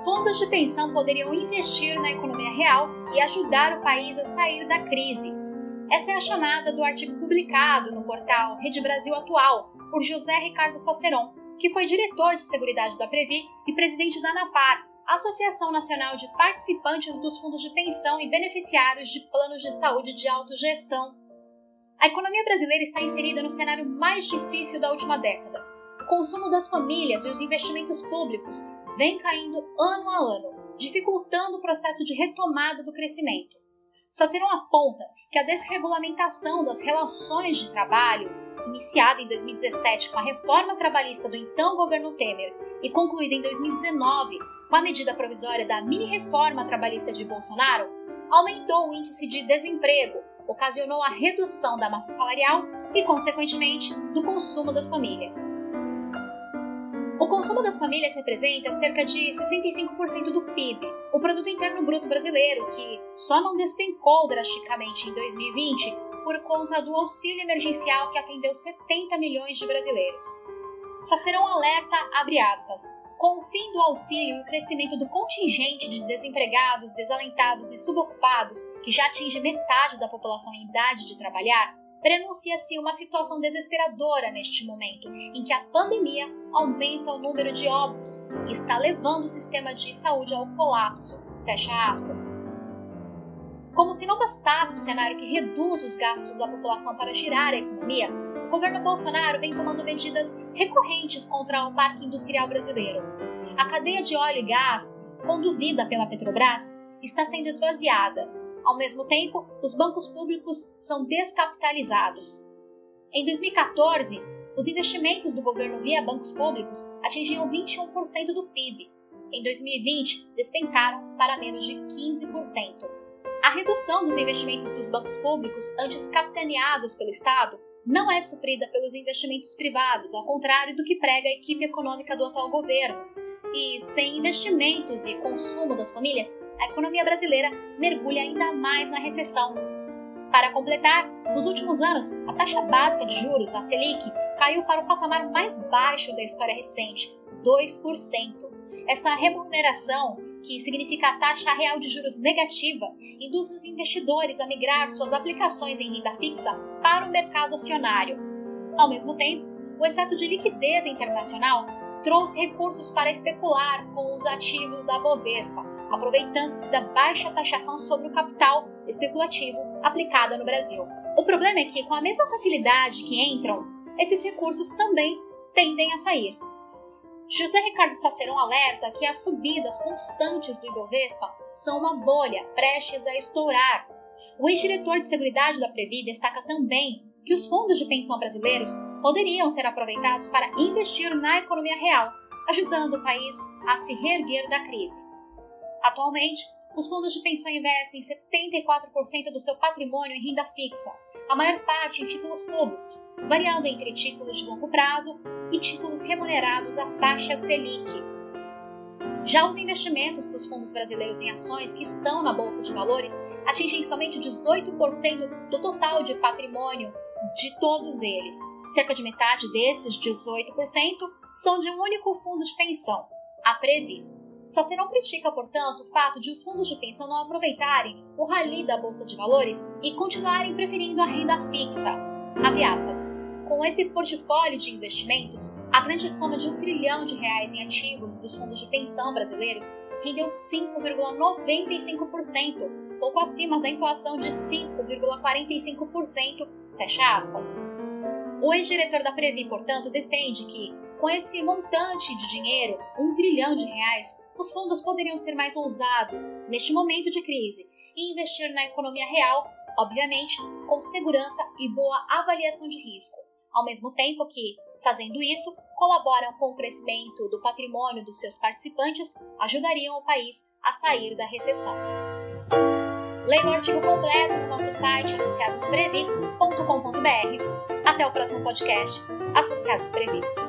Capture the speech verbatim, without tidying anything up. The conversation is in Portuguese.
fundos de pensão poderiam investir na economia real e ajudar o país a sair da crise. Essa é a chamada do artigo publicado no portal Rede Brasil Atual por José Ricardo Saceron, que foi diretor de Seguridade da Previ e presidente da ANAPAR, Associação Nacional de Participantes dos Fundos de Pensão e Beneficiários de Planos de Saúde de Autogestão. A economia brasileira está inserida no cenário mais difícil da última década. O consumo das famílias e os investimentos públicos vem caindo ano a ano, dificultando o processo de retomada do crescimento. Saceron aponta que a desregulamentação das relações de trabalho, iniciada em dois mil e dezessete com a reforma trabalhista do então governo Temer e concluída em dois mil e dezenove com a medida provisória da mini-reforma trabalhista de Bolsonaro, aumentou o índice de desemprego, ocasionou a redução da massa salarial e, consequentemente, do consumo das famílias. O consumo das famílias representa cerca de sessenta e cinco por cento do P I B, o Produto Interno Bruto brasileiro, que só não despencou drasticamente em dois mil e vinte por conta do auxílio emergencial que atendeu setenta milhões de brasileiros. Saceron alerta, abre aspas, com o fim do auxílio e o crescimento do contingente de desempregados, desalentados e subocupados, que já atinge metade da população em idade de trabalhar, prenuncia-se uma situação desesperadora neste momento, em que a pandemia aumenta o número de óbitos e está levando o sistema de saúde ao colapso. Fecha aspas. Como se não bastasse o cenário que reduz os gastos da população para girar a economia, o governo Bolsonaro vem tomando medidas recorrentes contra o parque industrial brasileiro. A cadeia de óleo e gás, conduzida pela Petrobras, está sendo esvaziada. Ao mesmo tempo, os bancos públicos são descapitalizados. Em dois mil e quatorze, os investimentos do governo via bancos públicos atingiam vinte e um por cento do P I B. Em dois mil e vinte, despencaram para menos de quinze por cento. A redução dos investimentos dos bancos públicos, antes capitaneados pelo Estado, não é suprida pelos investimentos privados, ao contrário do que prega a equipe econômica do atual governo. E, sem investimentos e consumo das famílias, a economia brasileira mergulha ainda mais na recessão. Para completar, nos últimos anos, a taxa básica de juros, a Selic, caiu para o patamar mais baixo da história recente, dois por cento. Esta remuneração, que significa a taxa real de juros negativa, induz os investidores a migrar suas aplicações em renda fixa para o mercado acionário. Ao mesmo tempo, o excesso de liquidez internacional trouxe recursos para especular com os ativos da Bovespa, aproveitando-se da baixa taxação sobre o capital especulativo aplicada no Brasil. O problema é que, com a mesma facilidade que entram, esses recursos também tendem a sair. José Ricardo Saceron alerta que as subidas constantes do Ibovespa são uma bolha prestes a estourar. O ex-diretor de Seguridade da Previ destaca também que os fundos de pensão brasileiros poderiam ser aproveitados para investir na economia real, ajudando o país a se reerguer da crise. Atualmente, os fundos de pensão investem setenta e quatro por cento do seu patrimônio em renda fixa, a maior parte em títulos públicos, variando entre títulos de longo prazo e títulos remunerados à taxa Selic. Já os investimentos dos fundos brasileiros em ações que estão na Bolsa de Valores atingem somente dezoito por cento do total de patrimônio de todos eles. Cerca de metade desses dezoito por cento são de um único fundo de pensão, a Previ. Saceron critica, portanto, o fato de os fundos de pensão não aproveitarem o rally da Bolsa de Valores e continuarem preferindo a renda fixa. Abre aspas. Com esse portfólio de investimentos, a grande soma de um trilhão de reais em ativos dos fundos de pensão brasileiros rendeu cinco vírgula noventa e cinco por cento, pouco acima da inflação de cinco vírgula quarenta e cinco por cento, fecha aspas. O ex-diretor da Previ, portanto, defende que, com esse montante de dinheiro, um trilhão de reais, os fundos poderiam ser mais ousados neste momento de crise e investir na economia real, obviamente, com segurança e boa avaliação de risco, ao mesmo tempo que, fazendo isso, colaboram com o crescimento do patrimônio dos seus participantes, ajudariam o país a sair da recessão. Leia o artigo completo no nosso site associados previ ponto com ponto br. Até o próximo podcast, Associados Previ.